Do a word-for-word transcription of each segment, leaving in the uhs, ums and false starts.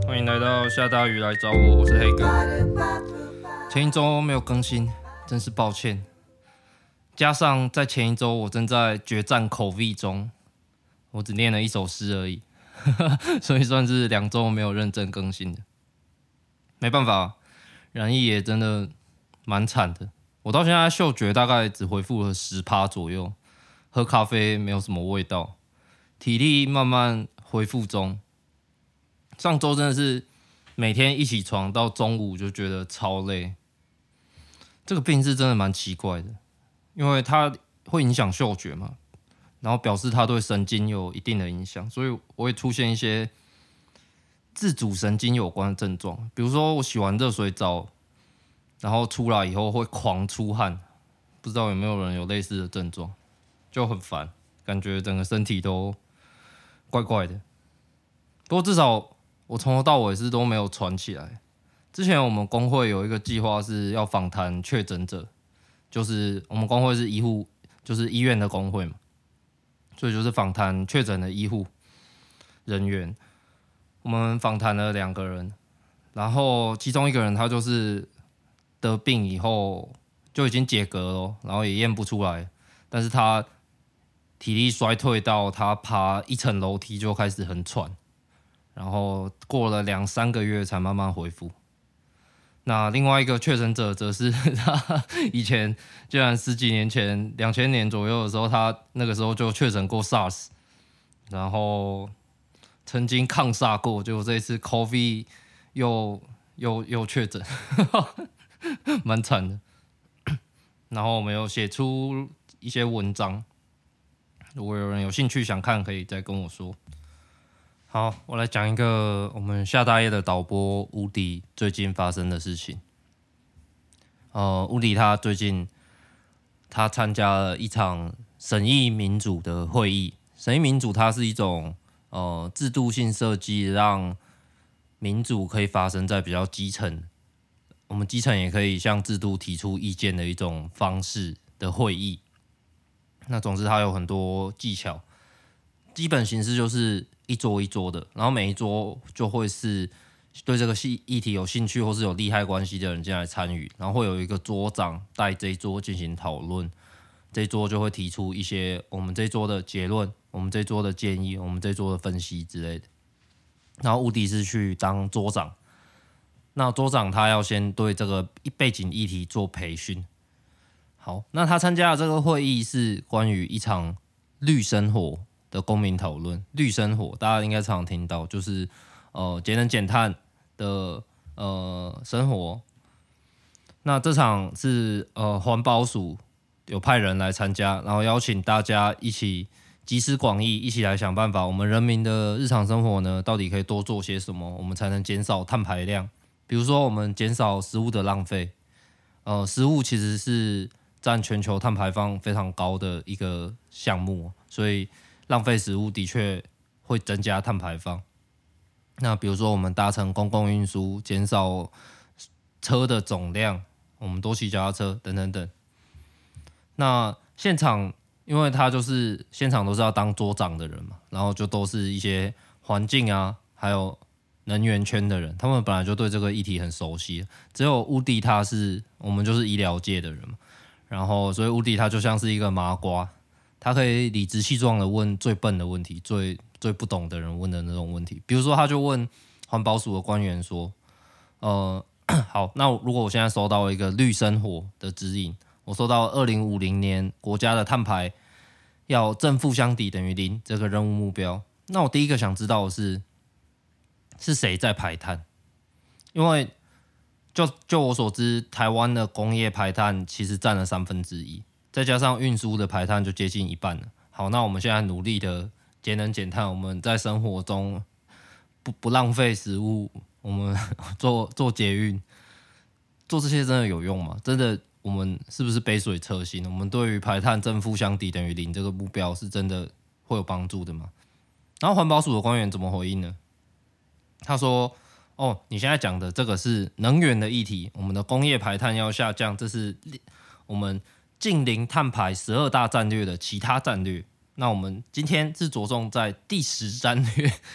欢迎来到下大雨来找我，我是黑哥。前一周没有更新，真是抱歉。加上在前一周我正在决战口 V 中，我只念了一首诗而已，所以算是两周没有认真更新的。没办法，染疫也真的蛮惨的。我到现在嗅觉大概只恢复了 百分之十 左右，喝咖啡没有什么味道，体力慢慢恢复中。上周真的是每天一起床到中午就觉得超累。这个病是真的蛮奇怪的，因为它会影响嗅觉嘛，然后表示它对神经有一定的影响，所以我会出现一些自主神经有关的症状，比如说我洗完热水澡，然后出来以后会狂出汗，不知道有没有人有类似的症状，就很烦，感觉整个身体都怪怪的。不过至少我从头到尾是都没有传起来。之前我们工会有一个计划是要访谈确诊者，就是我们工会是医护，就是医院的工会嘛，所以就是访谈确诊的医护人员。我们访谈了两个人，然后其中一个人他就是得病以后就已经解隔了，然后也验不出来，但是他体力衰退到他爬一层楼梯就开始很喘。然后过了两三个月才慢慢恢复。那另外一个确诊者则是他以前居然十几年前两千年左右的时候，他那个时候就确诊过 SARS， 然后曾经抗 SARS 过，结果这一次 COVID 又又又确诊，蛮惨的。然后我们有写出一些文章，如果有人有兴趣想看，可以再跟我说。好，我来讲一个我们下大夜的导播乌迪最近发生的事情。呃，乌迪他最近他参加了一场审议民主的会议。审议民主它是一种呃制度性设计，让民主可以发生在比较基层，我们基层也可以向制度提出意见的一种方式的会议。那总之它有很多技巧，基本形式就是一桌一桌的，然后每一桌就会是对这个议题有兴趣或是有利害关系的人进来参与，然后会有一个桌长带这一桌进行讨论，这一桌就会提出一些我们这一桌的结论，我们这一桌的建议，我们这一桌的分析之类的。然后乌迪是去当桌长，那桌长他要先对这个背景议题做培训。好，那他参加的这个会议是关于一场绿生活的公民讨论。绿生活大家应该常常听到，就是呃节能减碳的呃生活。那这场是呃环保署有派人来参加，然后邀请大家一起集思广益，一起来想办法，我们人民的日常生活呢，到底可以多做些什么，我们才能减少碳排量？比如说，我们减少食物的浪费。呃，食物其实是占全球碳排放非常高的一个项目，所以浪费食物的确会增加碳排放。那比如说我们搭乘公共运输，减少车的总量，我们多骑脚踏车等等等。那现场因为他就是现场都是要当桌长的人嘛，然后就都是一些环境啊还有能源圈的人，他们本来就对这个议题很熟悉，只有乌迪他是我们就是医疗界的人嘛，然后所以乌迪他就像是一个麻瓜，他可以理直气壮的问最笨的问题，最最不懂的人问的那种问题。比如说他就问环保署的官员说呃好，那如果我现在收到一个绿生活的指引，我收到二零五零年国家的碳排要正负相抵等于零这个任务目标，那我第一个想知道的是是谁在排碳？因为就就我所知，台湾的工业排碳其实占了三分之一，再加上运输的排碳就接近一半了。好，那我们现在努力的节能减碳，我们在生活中不不浪费食物，我们做做捷运，做这些真的有用吗？真的，我们是不是杯水车薪？我们对于排碳正负相抵等于零这个目标是真的会有帮助的吗？然后环保署的官员怎么回应呢？他说：“哦，你现在讲的这个是能源的议题，我们的工业排碳要下降，这是我们近零碳排十二大战略的其他战略。那我们今天是着重在第十战略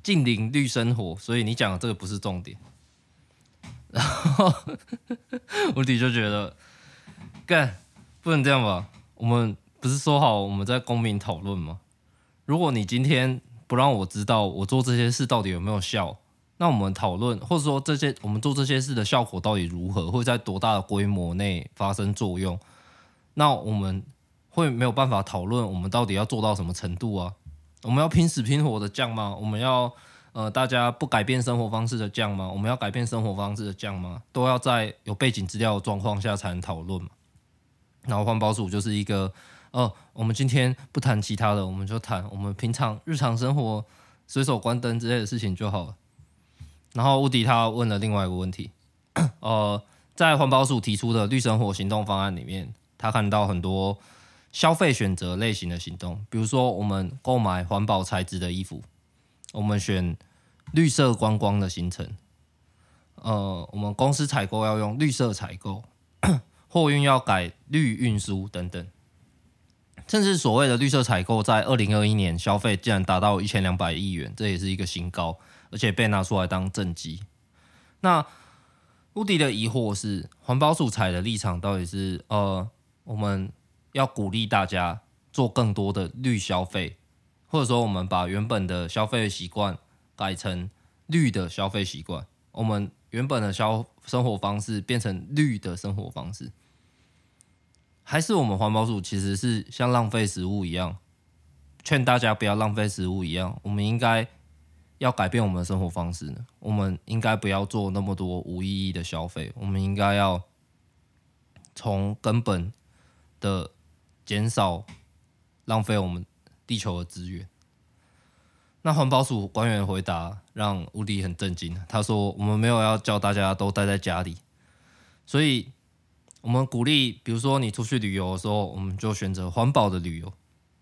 近邻绿生活，所以你讲的这个不是重点。然后吴迪就觉得，干不能这样吧？我们不是说好我们在公民讨论吗？如果你今天不让我知道我做这些事到底有没有效，那我们讨论或者说这些我们做这些事的效果到底如何，会在多大的规模内发生作用？那我们会没有办法讨论我们到底要做到什么程度啊？我们要拼死拼活的降吗？我们要呃大家不改变生活方式的降吗？我们要改变生活方式的降吗？都要在有背景资料的状况下才能讨论嘛。然后环保署就是一个，呃，我们今天不谈其他的，我们就谈我们平常日常生活随手关灯之类的事情就好了。然后乌迪他问了另外一个问题，呃，在环保署提出的绿生活行动方案里面，他看到很多消费选择类型的行动，比如说我们购买环保材质的衣服，我们选绿色观光的行程，呃，我们公司采购要用绿色采购。货运要改绿运输等等，甚至所谓的绿色采购，在二零二一年消费竟然达到一千两百亿元，这也是一个新高，而且被拿出来当政绩。那乌迪的疑惑是，环保署采的立场到底是呃，我们要鼓励大家做更多的绿消费，或者说我们把原本的消费习惯改成绿的消费习惯，我们原本的消生活方式变成绿的生活方式，还是我们环保署其实是像浪费食物一样，劝大家不要浪费食物一样，我们应该要改变我们的生活方式呢？我们应该不要做那么多无意义的消费，我们应该要从根本的减少浪费我们地球的资源。那环保署官员的回答让乌迪很震惊，他说我们没有要叫大家都待在家里，所以我们鼓励比如说你出去旅游的时候，我们就选择环保的旅游。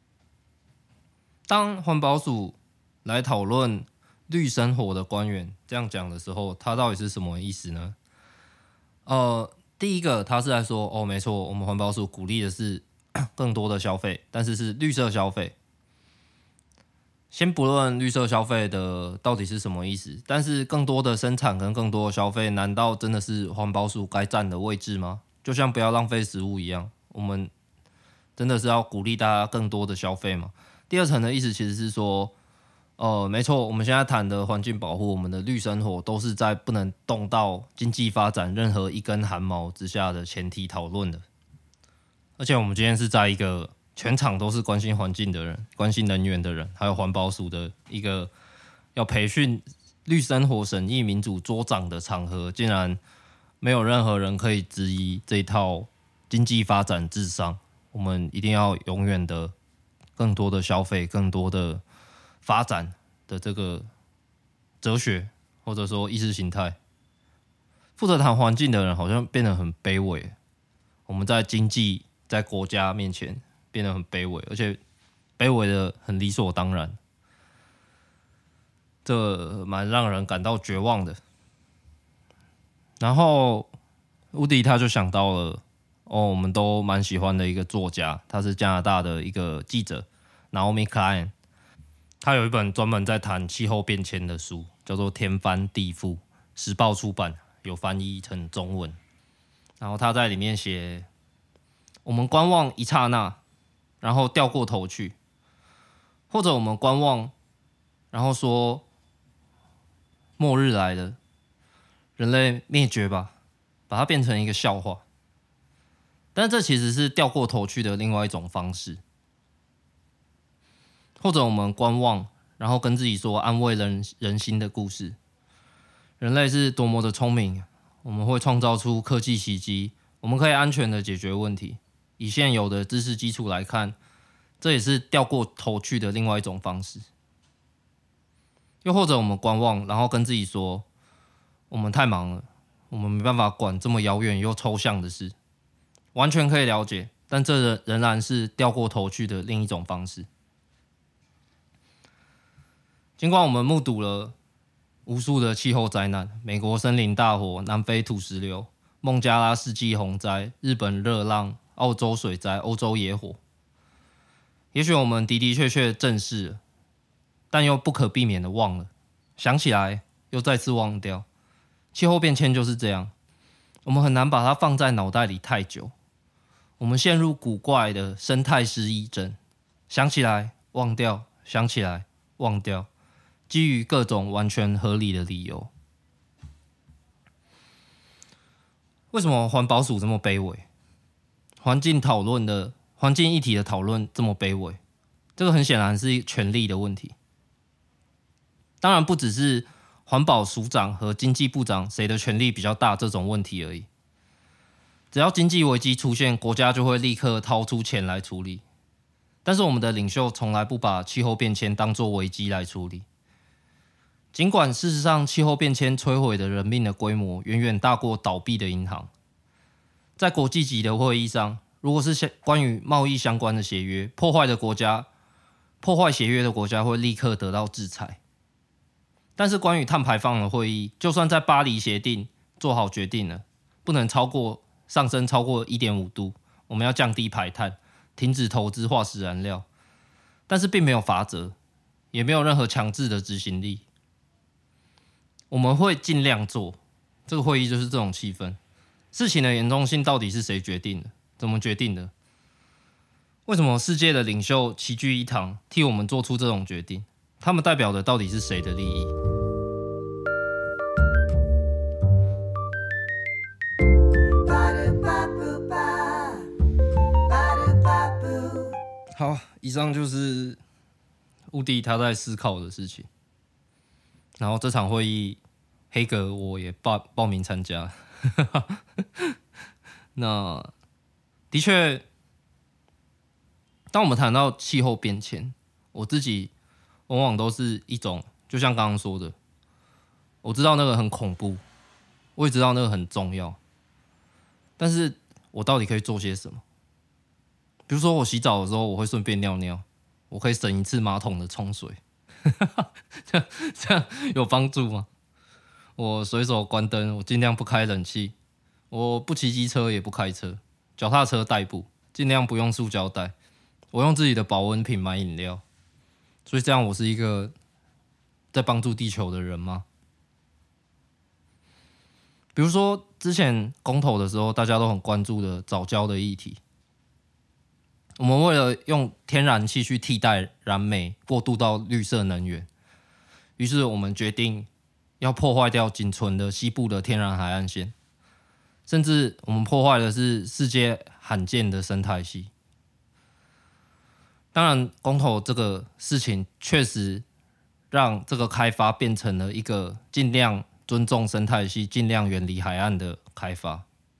当环保署来讨论绿生活的官员这样讲的时候，他到底是什么意思呢？呃，第一个他是在说哦，没错，我们环保署鼓励的是更多的消费，但是是绿色消费。先不论绿色消费的到底是什么意思，但是更多的生产跟更多的消费，难道真的是环保署该占的位置吗？就像不要浪费食物一样，我们真的是要鼓励大家更多的消费吗？第二层的意思其实是说，呃，没错，我们现在谈的环境保护，我们的绿生活，都是在不能动到经济发展任何一根汗毛之下的前提讨论的。而且我们今天是在一个全场都是关心环境的人、关心能源的人，还有环保署的一个要培训绿生活审议民主桌长的场合，竟然没有任何人可以质疑这一套经济发展至上。我们一定要永远的更多的消费、更多的发展的这个哲学，或者说意识形态。负责谈环境的人好像变得很卑微，我们在经济、在国家面前变得很卑微，而且卑微的很理所当然，这蛮让人感到绝望的。然后乌迪他就想到了，哦，我们都蛮喜欢的一个作家，他是加拿大的一个记者 Naomi Klein， 他有一本专门在谈气候变迁的书，叫做《天翻地覆》，时报出版，有翻译成中文。然后他在里面写，我们观望一刹那，然后掉过头去，或者我们观望，然后说末日来了，人类灭绝吧，把它变成一个笑话。但这其实是掉过头去的另外一种方式。或者我们观望，然后跟自己说安慰 人, 人心的故事。人类是多么的聪明，我们会创造出科技奇迹，我们可以安全的解决问题。以现有的知识基础来看，这也是掉过头去的另外一种方式。又或者我们观望，然后跟自己说我们太忙了，我们没办法管这么遥远又抽象的事。完全可以了解，但这仍然是掉过头去的另一种方式。尽管我们目睹了无数的气候灾难，美国森林大火、南非土石流、孟加拉世纪洪灾、日本热浪、澳洲水灾、欧洲野火，也许我们的的确确正视了，但又不可避免的忘了， 想起来又再次忘掉。气候变迁就是这样，我们很难把它放在脑袋里太久，我们陷入古怪的生态失忆症，想起来忘掉，想起来忘掉，基于各种完全合理的理由。为什么环保署这么卑微？环境讨论的环境议题的讨论这么卑微？这个很显然是权力的问题。当然不只是环保署长和经济部长谁的权力比较大这种问题而已。只要经济危机出现，国家就会立刻掏出钱来处理。但是我们的领袖从来不把气候变迁当作危机来处理。尽管事实上气候变迁摧毁的人命的规模远远大过倒闭的银行。在国际级的会议上，如果是关于贸易相关的协约，破坏的国家破坏协约的国家会立刻得到制裁。但是关于碳排放的会议，就算在巴黎协定做好决定了，不能超过上升超过 一点五 度，我们要降低排碳，停止投资化石燃料，但是并没有罚则，也没有任何强制的执行力。我们会尽量做，这个会议就是这种气氛。事情的严重性到底是谁决定的？怎么决定的？为什么世界的领袖齐聚一堂，替我们做出这种决定？他们代表的到底是谁的利益？好，以上就是乌迪他在思考的事情。然后这场会议，黑格我也 报, 报名参加。那的确，当我们谈到气候变迁，我自己往往都是一种，就像刚刚说的，我知道那个很恐怖，我也知道那个很重要，但是我到底可以做些什么？比如说我洗澡的时候，我会顺便尿尿，我可以省一次马桶的冲水，这样这样有帮助吗？我随手关灯，我尽量不开冷气，我不骑机车也不开车，脚踏车代步，尽量不用塑胶袋，我用自己的保温瓶买饮料。所以这样我是一个在帮助地球的人吗？比如说之前公投的时候，大家都很关注的藻礁的议题，我们为了用天然气去替代燃煤，过渡到绿色能源，于是我们决定要破坏掉仅存的西部的天然海岸线，甚至我们破坏的是世界罕见的生态系。当然，公投这个事情确实让这个开发变成了一个尽量尊重生态系、尽量远离海岸的开发。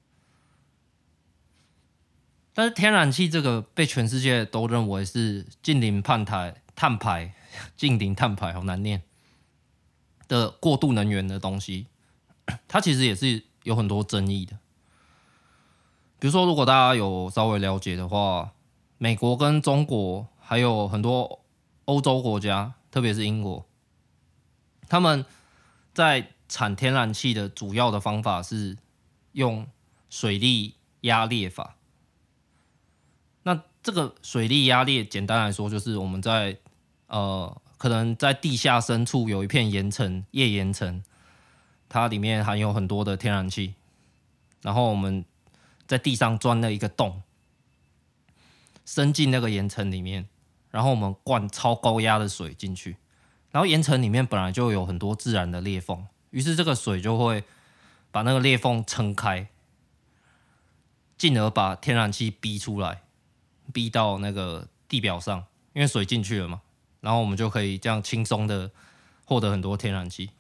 但是天然气这个被全世界都认为是近零碳排、碳排、近零碳排，好难念的过渡能源的东西，它其实也是有很多争议的。比如说，如果大家有稍微了解的话，美国跟中国还有很多欧洲国家，特别是英国，他们在产天然气的主要的方法是用水力压裂法。那这个水力压裂，简单来说就是我们在呃，可能在地下深处有一片岩层，页岩层，它里面含有很多的天然气，然后我们在地上钻了一个洞，伸进那个岩层里面，然后我们灌超高压的水进去，然后岩层里面本来就有很多自然的裂缝，于是这个水就会把那个裂缝撑开，进而把天然气逼出来，逼到那个地表上，因为水进去了嘛，然后我们就可以这样轻松的获得很多天然气。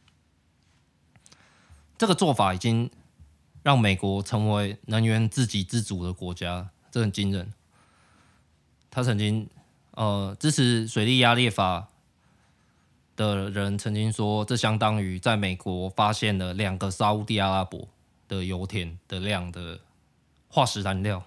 这个做法已经让美国成为能源自给自足的国家，这很惊人。他曾经呃支持水力压裂法的人曾经说，这相当于在美国发现了两个沙烏地阿拉伯的油田的量的化石燃料。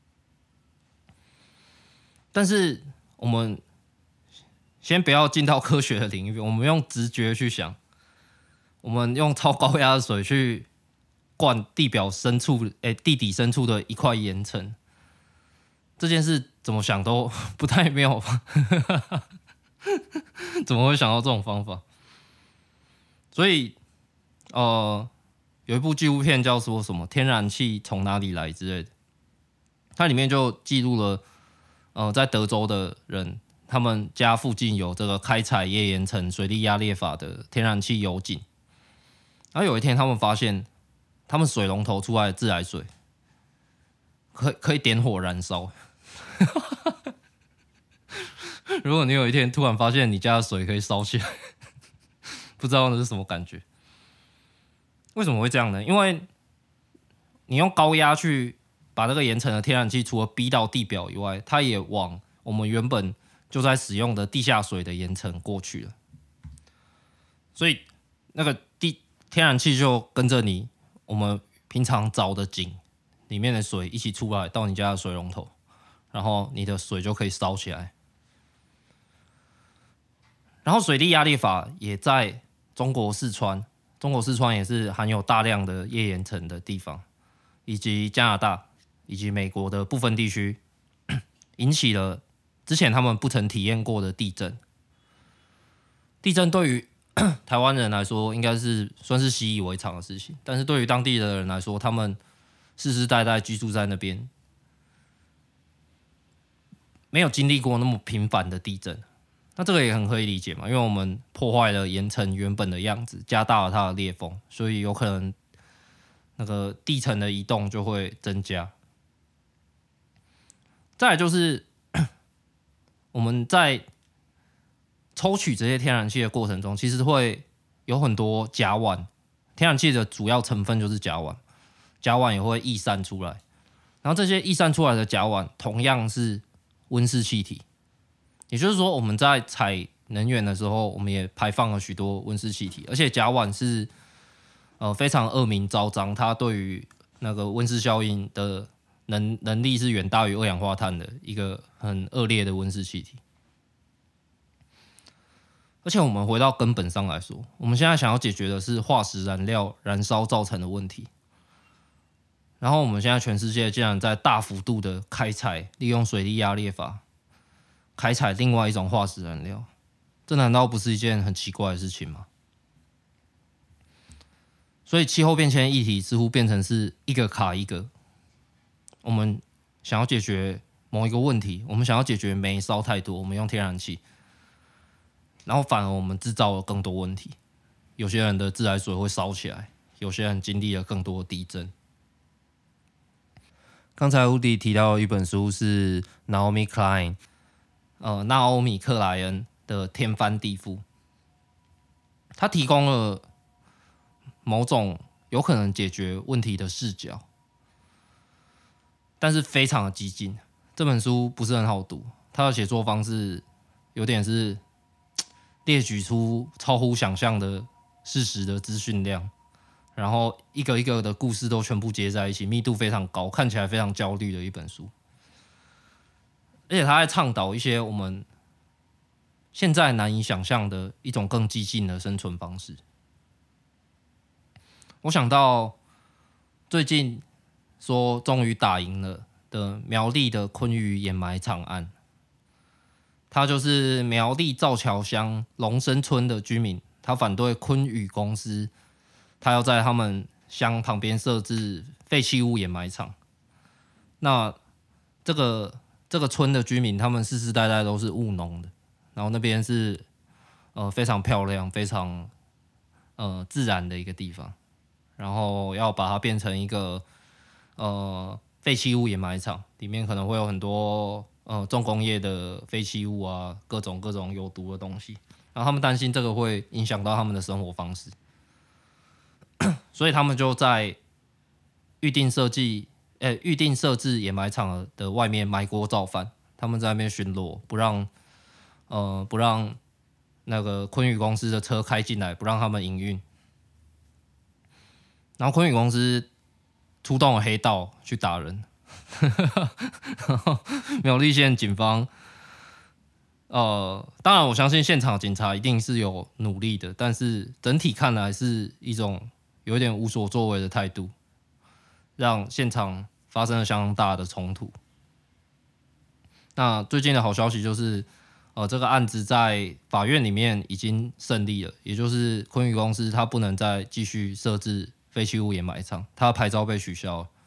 但是我们先不要进到科学的领域，我们用直觉去想，我们用超高压的水去灌地表深处、欸、地底深处的一块岩层，这件事怎么想都不太妙，怎么会想到这种方法？ 所以呃，有一部纪录片叫说什么天然气从哪里来之类的，它里面就记录了呃，在德州的人，他们家附近有这个开采页岩层水力压裂法的天然气油井。然后有一天，他们发现他们水龙头出来的自来水可可以点火燃烧。如果你有一天突然发现你家的水可以烧起来，不知道那是什么感觉？为什么会这样呢？因为你用高压去把那个岩层的天然气，除了逼到地表以外，它也往我们原本就在使用的地下水的岩层过去了。所以那个地天然气就跟着你我们平常凿的井里面的水一起出来到你家的水龙头，然后你的水就可以烧起来。然后水力压裂法也在中国四川，中国四川也是含有大量的页岩层的地方，以及加拿大以及美国的部分地区，引起了之前他们不曾体验过的地震。地震对于台湾人来说应该是算是习以为常的事情，但是对于当地的人来说，他们世世代代居住在那边，没有经历过那么频繁的地震。那这个也很可以理解嘛，因为我们破坏了岩层原本的样子，加大了它的裂缝，所以有可能那个地层的移动就会增加。再来就是我们在抽取这些天然气的过程中，其实会有很多甲烷，天然气的主要成分就是甲烷，甲烷也会逸散出来，然后这些逸散出来的甲烷同样是温室气体。也就是说，我们在采能源的时候，我们也排放了许多温室气体，而且甲烷是呃非常恶名昭彰，它对于那个温室效应的能能力是远大于二氧化碳的一个很恶劣的温室气体。而且我们回到根本上来说，我们现在想要解决的是化石燃料燃烧造成的问题，然后我们现在全世界竟然在大幅度的开采，利用水力压裂法开采另外一种化石燃料，这难道不是一件很奇怪的事情吗？所以气候变迁议题似乎变成是一个卡一个。我们想要解决某一个问题，我们想要解决煤烧太多，我们用天然气，然后反而我们制造了更多问题。有些人的自来水会烧起来，有些人经历了更多的地震。刚才乌迪提到一本书是 Naomi Klein。呃，纳欧米克莱恩的天翻地覆，他提供了某种有可能解决问题的视角，但是非常的激进。这本书不是很好读，他的写作方式有点是列举出超乎想象的事实的资讯量，然后一个一个的故事都全部接在一起，密度非常高，看起来非常焦虑的一本书。而且他在倡导一些我们现在难以想象的一种更激进的生存方式。我想到最近说终于打赢了的苗栗的昆鱼掩埋场案，他就是苗栗造桥乡龙生村的居民，他反对昆宇公司，他要在他们乡旁边设置废弃物掩埋场。那这个这个村的居民，他们世世代代都是务农的，然后那边是呃非常漂亮、非常呃自然的一个地方，然后要把它变成一个呃废弃物掩埋场，里面可能会有很多呃重工业的废弃物啊，各种各种有毒的东西，然后他们担心这个会影响到他们的生活方式，所以他们就在预定设计。欸、预定设置掩埋场的外面埋锅造饭，他们在那边巡逻，不让呃不让那个昆宇公司的车开进来，不让他们营运。然后昆宇公司出动了黑道去打人，然后苗栗县警方，呃，当然我相信现场警察一定是有努力的，但是整体看来是一种有点无所作为的态度。让现场发生了相当大的冲突。那最近的好消息就是， 呃，这个案子在法院里面已经胜利了，也就是昆宇公司它不能再继续设置废弃物掩埋场，它的牌照被取消了。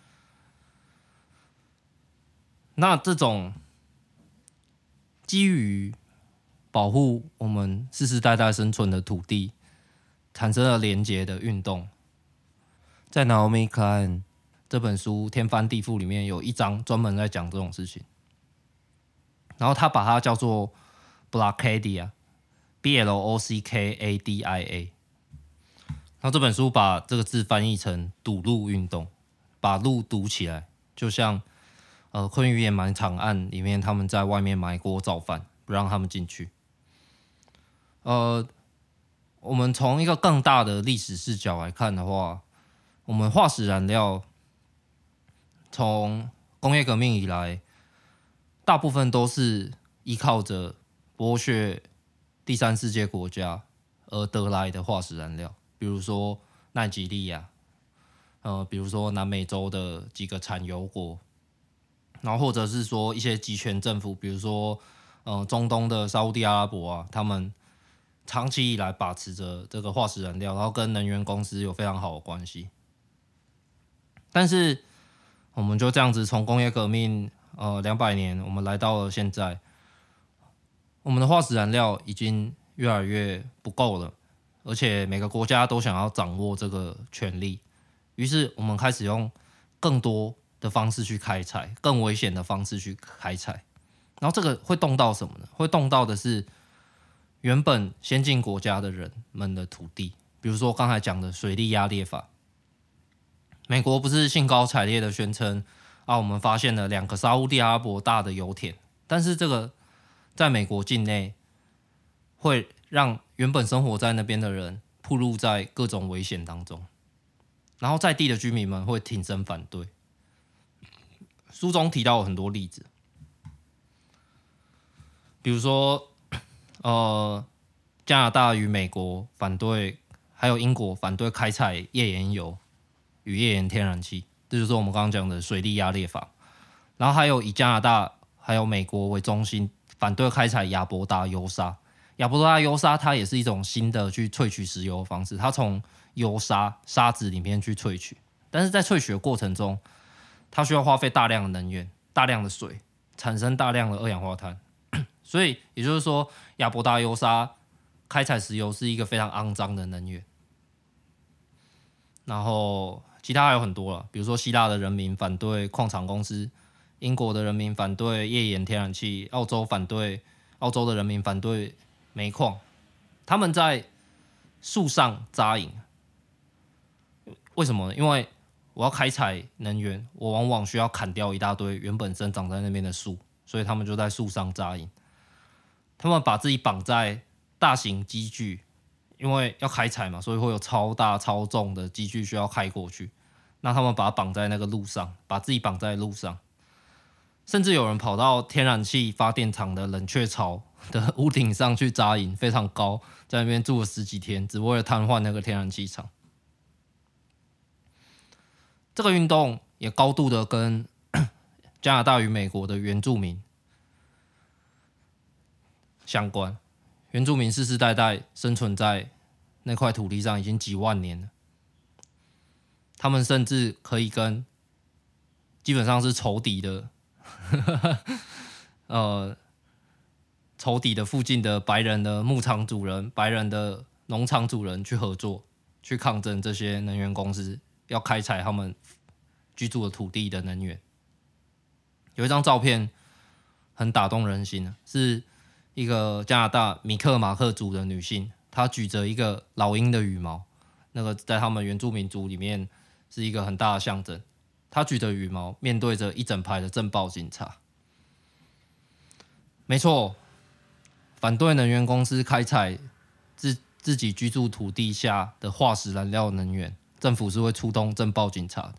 那这种基于保护我们世世代代生存的土地产生了连结的运动，在 Naomi Klein 这本书《天翻地覆》里面有一章专门在讲这种事情，然后他把它叫做 Blockadia B L O C K A D I A。 然后这本书把这个字翻译成堵路运动，把路堵起来，就像呃昆宇掩埋场案里面他们在外面埋锅造饭，不让他们进去。呃，我们从一个更大的历史视角来看的话，我们化石燃料从工业革命以来，大部分都是依靠着剥削第三世界国家而得来的化石燃料，比如说奈及利亚，呃，比如说南美洲的几个产油国，然后或者是说一些集权政府，比如说呃中东的沙烏地阿拉伯啊，他们长期以来把持着这个化石燃料，然后跟能源公司有非常好的关系。但是我们就这样子从工业革命呃两百年，我们来到了现在，我们的化石燃料已经越来越不够了，而且每个国家都想要掌握这个权利，于是我们开始用更多的方式去开采，更危险的方式去开采。然后这个会动到什么呢？会动到的是原本先进国家的人们的土地，比如说刚才讲的水力压裂法。美国不是兴高采烈的宣称啊，我们发现了两个沙烏地阿拉伯大的油田，但是这个在美国境内会让原本生活在那边的人暴露在各种危险当中，然后在地的居民们会挺身反对。书中提到很多例子，比如说呃，加拿大与美国反对，还有英国反对开采页岩油与页岩天然气，这就是我们刚刚讲的水力压裂法。然后还有以加拿大还有美国为中心，反对开采亚伯达油砂。亚伯达油砂它也是一种新的去萃取石油的方式，它从油砂沙子里面去萃取，但是在萃取的过程中，它需要花费大量的能源、大量的水，产生大量的二氧化碳。所以也就是说，亚伯达油砂开采石油是一个非常肮脏的能源。然后其他还有很多了，比如说希腊的人民反对矿场公司，英国的人民反对页岩天然气，澳洲反对澳洲的人民反对煤矿，他们在树上扎营。为什么呢？因为我要开采能源，我往往需要砍掉一大堆原本生长在那边的树，所以他们就在树上扎营。他们把自己绑在大型机具，因为要开采嘛，所以会有超大超重的机具需要开过去。那他们把它绑在那个路上，把自己绑在路上，甚至有人跑到天然气发电厂的冷却槽的屋顶上去扎营，非常高，在那边住了十几天，只为了瘫痪那个天然气厂。这个运动也高度的跟加拿大与美国的原住民相关。原住民世世代代生存在那块土地上已经几万年了，他们甚至可以跟基本上是仇敌的呃仇敌的附近的白人的牧场主人、白人的农场主人去合作，去抗争这些能源公司要开采他们居住的土地的能源。有一张照片很打动人心，是一个加拿大米克马克族的女性，她举着一个老鹰的羽毛，那个在他们原住民族里面是一个很大的象征。她举着羽毛，面对着一整排的政报警察。没错，反对能源公司开采 自, 自己居住土地下的化石燃料能源，政府是会出动政报警察的。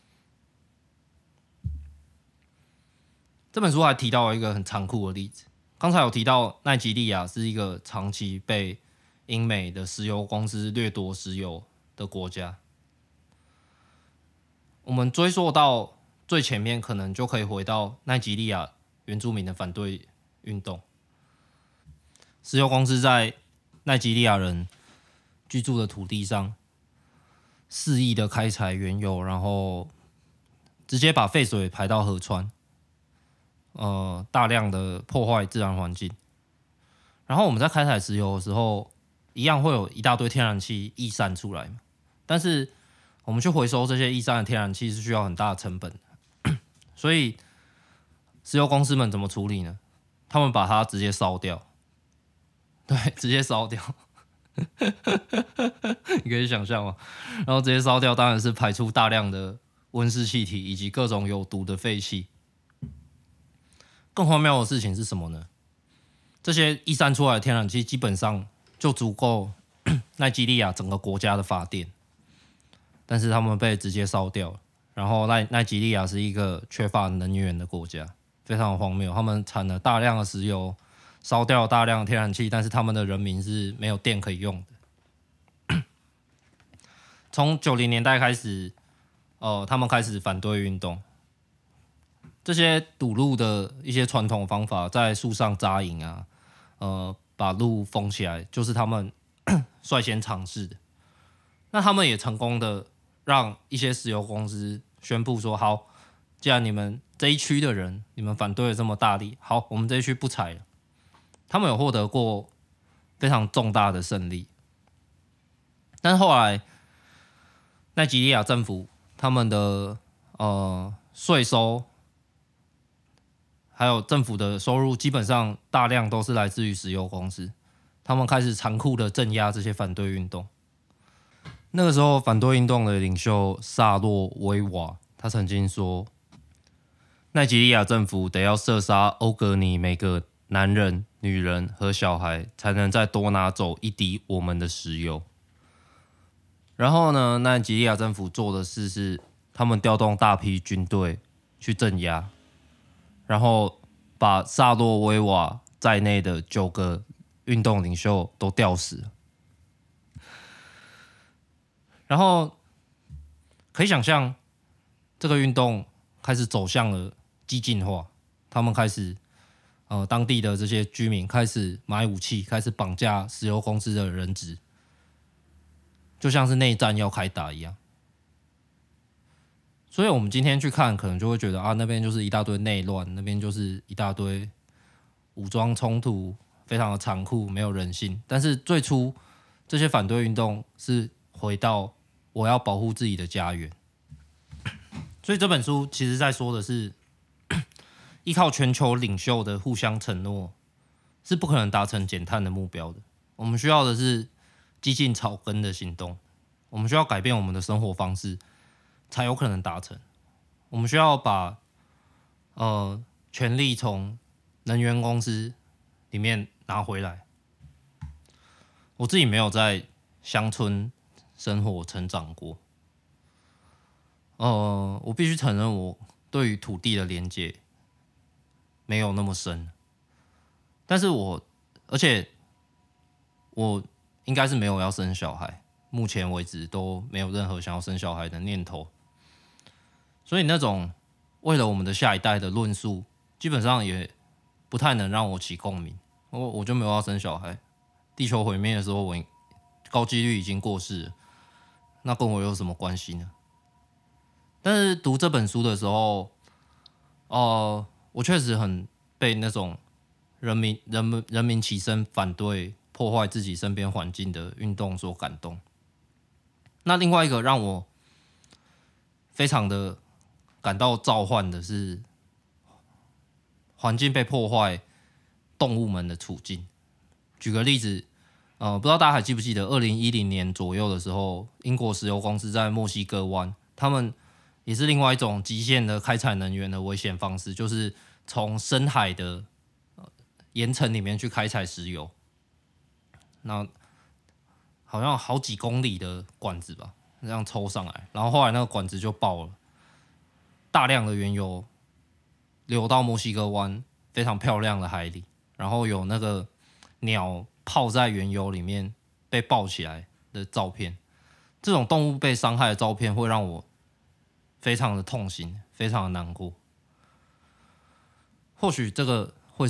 这本书还提到一个很残酷的例子，刚才有提到奈及利亚是一个长期被英美的石油公司掠夺石油的国家。我们追溯到最前面，可能就可以回到奈及利亚原住民的反对运动。 石油公司在奈及利亚人居住的土地上肆意的开采原油，然后直接把废水排到河川，呃，大量的破坏自然环境。然后我们在开采石油的时候，一样会有一大堆天然气逸散出来嘛，但是我们去回收这些逸散的天然气是需要很大的成本的，所以石油公司们怎么处理呢？他们把它直接烧掉，对，直接烧掉。你可以想象吗？然后直接烧掉，当然是排出大量的温室气体以及各种有毒的废气。更荒谬的事情是什么呢？这些逸散出来的天然气基本上就足够奈及利亚整个国家的发电，但是他们被直接烧掉了。然后奈奈及利亚是一个缺乏能源的国家，非常的荒谬。他们产了大量的石油，烧掉了大量的天然气，但是他们的人民是没有电可以用的。从九零年代开始，呃，他们开始反对运动。这些堵路的一些传统方法，在树上扎营啊，呃，把路封起来，就是他们率先尝试的。那他们也成功的让一些石油公司宣布说：好，既然你们这一区的人，你们反对的这么大力，好，我们这一区不采了。他们有获得过非常重大的胜利，但是后来奈及利亚政府他们的呃税收还有政府的收入，基本上大量都是来自于石油公司，他们开始残酷的镇压这些反对运动。那个时候，反对运动的领袖萨洛维瓦，他曾经说，奈及利亚政府得要射杀欧格尼每个男人、女人和小孩，才能再多拿走一滴我们的石油。然后呢，奈及利亚政府做的事是，他们调动大批军队去镇压，然后把萨洛维瓦在内的九个运动领袖都吊死了。然后可以想象，这个运动开始走向了激进化，他们开始，呃，当地的这些居民开始买武器，开始绑架石油公司的人质，就像是内战要开打一样。所以我们今天去看，可能就会觉得啊，那边就是一大堆内乱，那边就是一大堆武装冲突，非常的残酷，没有人性。但是最初这些反对运动是回到我要保护自己的家园。所以这本书其实在说的是，依靠全球领袖的互相承诺是不可能达成减碳的目标的。我们需要的是激进草根的行动，我们需要改变我们的生活方式，才有可能达成。我们需要把呃权力从能源公司里面拿回来。我自己没有在乡村生活成长过，呃，我必须承认，我对于土地的连接没有那么深。但是我，而且我应该是没有要生小孩，目前为止都没有任何想要生小孩的念头。所以那种为了我们的下一代的论述，基本上也不太能让我起共鸣。我我就没有要生小孩，地球毁灭的时候，我高几率已经过世了，那跟我有什么关系呢？但是读这本书的时候，哦、呃，我确实很被那种人民人民人民起身反对破坏自己身边环境的运动所感动。那另外一个让我非常的感到召唤的是，环境被破坏，动物们的处境。举个例子，呃，不知道大家还记不记得，二零一零年左右的时候，英国石油公司在墨西哥湾，他们也是另外一种极限的开采能源的危险方式，就是从深海的岩层里面去开采石油。那好像好几公里的管子吧，这样抽上来，然后后来那个管子就爆了，大量的原油流到墨西哥湾非常漂亮的海里，然后有那个鸟泡在原油里面被抱起来的照片。这种动物被伤害的照片会让我非常的痛心，非常的难过。或许这个会是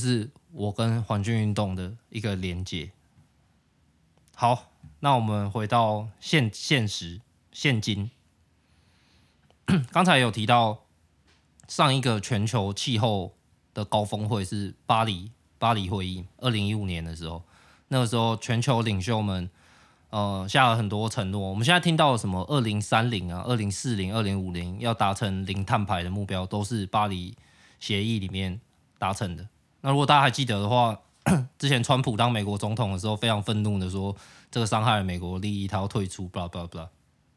我跟环境运动的一个连结。好，那我们回到现现实现今，刚才有提到上一个全球气候的高峰会是巴黎巴黎会议，二零一五年的时候，那个时候全球领袖们呃下了很多承诺。我们现在听到的什么二零三零啊、二零四零、二零五零要达成零碳排的目标，都是巴黎协议里面达成的。那如果大家还记得的话，之前川普当美国总统的时候，非常愤怒的说，这个伤害了美国利益，他要退出 ，blah blah blah。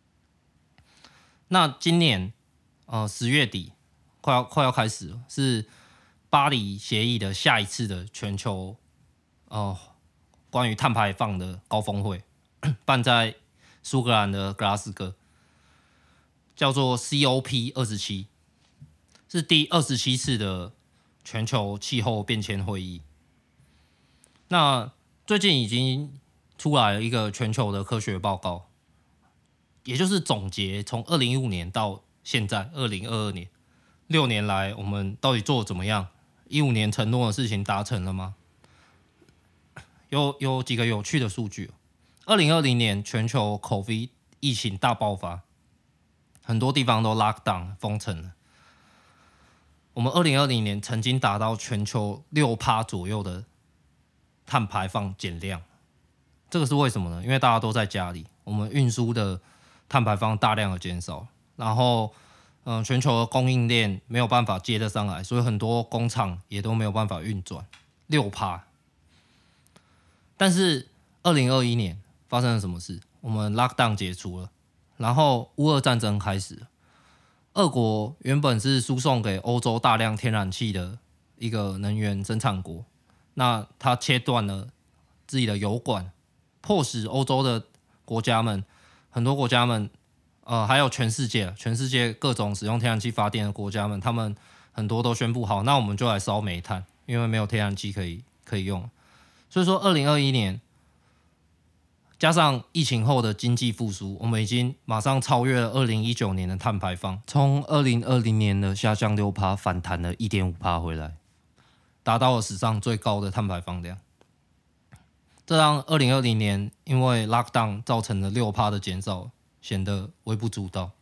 那今年呃十月底快要快要开始了，是巴黎协议的下一次的全球呃关于碳排放的高峰会，办在苏格兰的格拉斯哥，叫做 C O P 二十七，是第二十七次的全球气候变迁会议。那最近已经出来了一个全球的科学报告，也就是总结从二零一五年到现在二零二二年，六年来我们到底做得怎么样？一五年承诺的事情达成了吗？有有几个有趣的数据。二零二零年全球 COVID 疫情大爆发，很多地方都 lock down 封城了。我们二零二零年曾经达到全球 百分之六 左右的碳排放减量，这个是为什么呢？因为大家都在家里，我们运输的碳排放大量的减少，然后，嗯，全球的供应链没有办法接得上来，所以很多工厂也都没有办法运转， 百分之六。但是二零二一年发生了什么事？我们 lockdown 解除了，然后乌俄战争开始了。俄国原本是输送给欧洲大量天然气的一个能源生产国，那它切断了自己的油管，迫使欧洲的国家们，很多国家们，呃，还有全世界，全世界各种使用天然气发电的国家们，他们很多都宣布好，那我们就来烧煤炭，因为没有天然气可以可以用。所以说，二零二一年加上疫情后的经济复苏，我们已经马上超越了二零一九年的碳排放，从二零二零年的下降 百分之六 反弹了 百分之一点五 回来，达到了史上最高的碳排放量。这让二零二零年因为 lockdown 造成的 百分之六 的减少显得微不足道。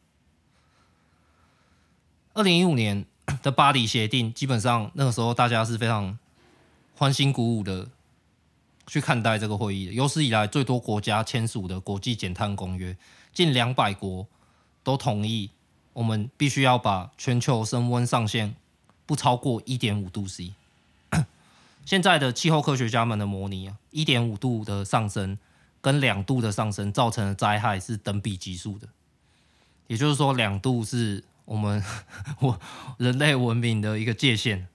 二零一五年的巴黎协定，基本上那个时候大家是非常欢欣鼓舞的去看待这个会议的，有史以来最多国家签署的国际减碳公约，近两百国都同意，我们必须要把全球升温上限不超过 一点五度 C。现在的气候科学家们的模拟啊 ，一点五度的上升跟两度的上升造成的灾害是等比级数的，也就是说两度是我们人类文明的一个界限。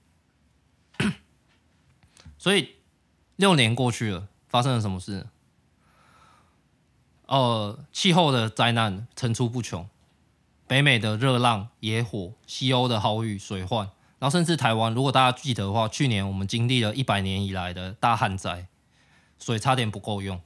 所以六年过去了，发生了什么事呢？呃，气候的灾难层出不穷，北美的热浪、野火，西欧的豪雨、水患。然后甚至台湾，如果大家记得的话，去年我们经历了一百年以来的大旱灾，水差点不够用。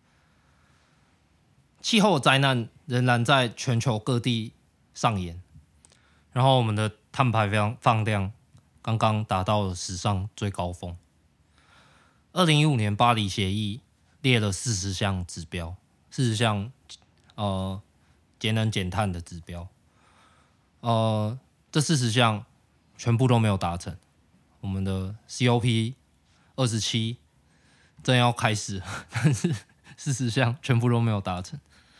气候灾难仍然在全球各地上演，然后我们的碳排放量刚刚达到了史上最高峰。二零一五年巴黎协议列了四十项指标，四十项呃节能减碳的指标，呃，这四十项全部都没有达成。我们的 C O P 二十七正要开始，但是四十项全部都没有达成。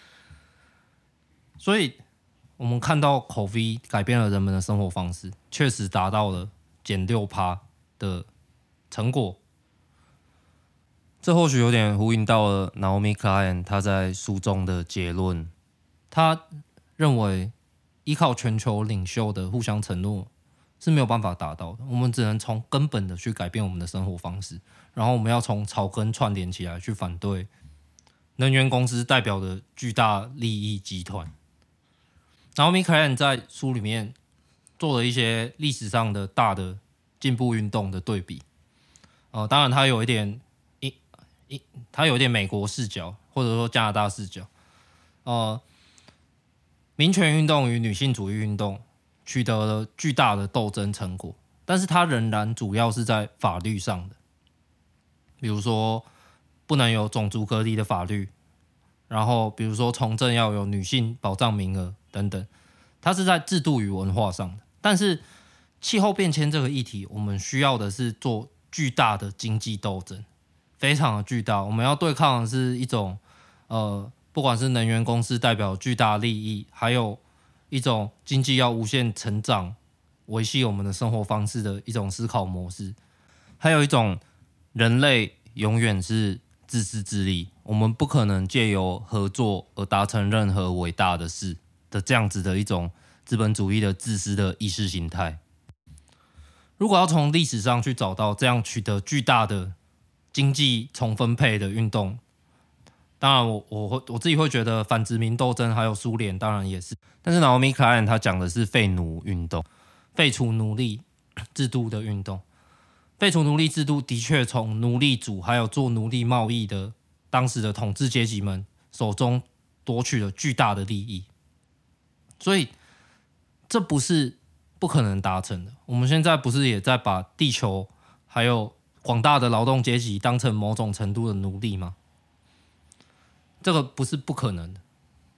所以，我们看到 COVID 改变了人们的生活方式，确实达到了减 百分之六 的成果。这或许有点呼应到了 Naomi Klein 他在书中的结论。他认为，依靠全球领袖的互相承诺是没有办法达到的，我们只能从根本的去改变我们的生活方式，然后我们要从草根串联起来，去反对能源公司代表的巨大利益集团。Naomi Klein 在书里面做了一些历史上的大的进步运动的对比，呃，当然他有一点，他有一点美国视角，或者说加拿大视角，呃，民权运动与女性主义运动取得了巨大的斗争成果，但是它仍然主要是在法律上的。 比如说不能有种族隔离的法律，然后比如说从政要有女性保障名额等等，它是在制度与文化上的。但是气候变迁这个议题，我们需要的是做巨大的经济斗争，非常的巨大。我们要对抗的是一种呃，不管是能源公司代表巨大利益，还有一种经济要无限成长，维系我们的生活方式的一种思考模式，还有一种人类永远是自私自利，我们不可能借由合作而达成任何伟大的事的这样子的一种资本主义的自私的意识形态。如果要从历史上去找到这样取得巨大的经济重分配的运动，当然我我我自己会觉得反殖民斗争还有苏联当然也是，但是 Naomi Klein 他讲的是废奴运动，废除奴隶制度的运动。废除奴隶制度的确从奴隶主还有做奴隶贸易的当时的统治阶级们手中夺取了巨大的利益，所以这不是不可能达成的。我们现在不是也在把地球还有广大的劳动阶级当成某种程度的奴隶吗？这个不是不可能的。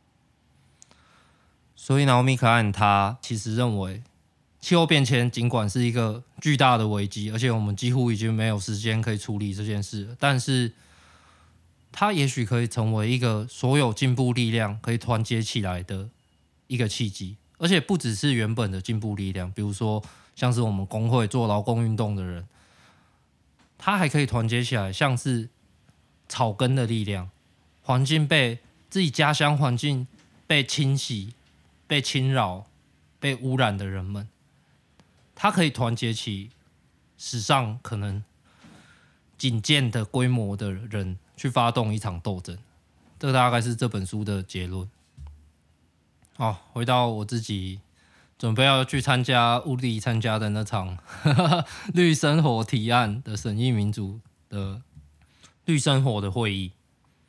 所以 Naomi Klein 他其实认为气候变迁尽管是一个巨大的危机，而且我们几乎已经没有时间可以处理这件事了，但是它也许可以成为一个所有进步力量可以团结起来的一个契机，而且不只是原本的进步力量，比如说像是我们工会做劳工运动的人，他还可以团结起来，像是草根的力量，环境被自己家乡环境被侵袭、被侵扰、被污染的人们，他可以团结起史上可能仅见的规模的人去发动一场斗争。这个大概是这本书的结论。好，回到我自己准备要去参加物理参加的那场绿生活提案的审议民主的绿生活的会议，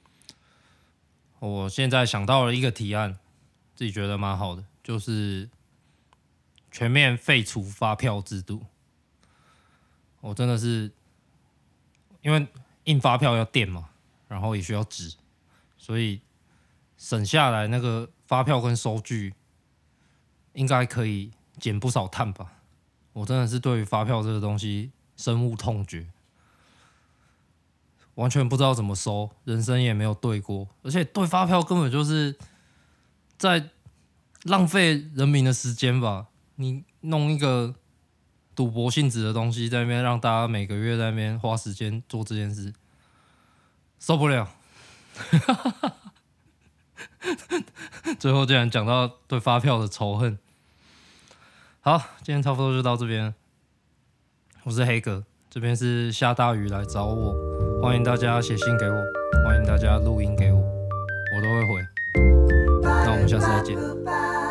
我现在想到了一个提案，自己觉得蛮好的，就是全面废除发票制度。我真的是因为印发票要电嘛，然后也需要纸，所以省下来那个发票跟收据应该可以减不少碳吧。我真的是对于发票这个东西深恶痛绝，完全不知道怎么收，人生也没有对过，而且对发票根本就是在浪费人民的时间吧。你弄一个赌博性质的东西在那边，让大家每个月在那边花时间做这件事，受不了。最后竟然讲到对发票的仇恨。好，今天差不多就到这边。我是黑哥，这边是下大雨来找我，欢迎大家写信给我，欢迎大家录音给我，我都会回。那我们下次再见。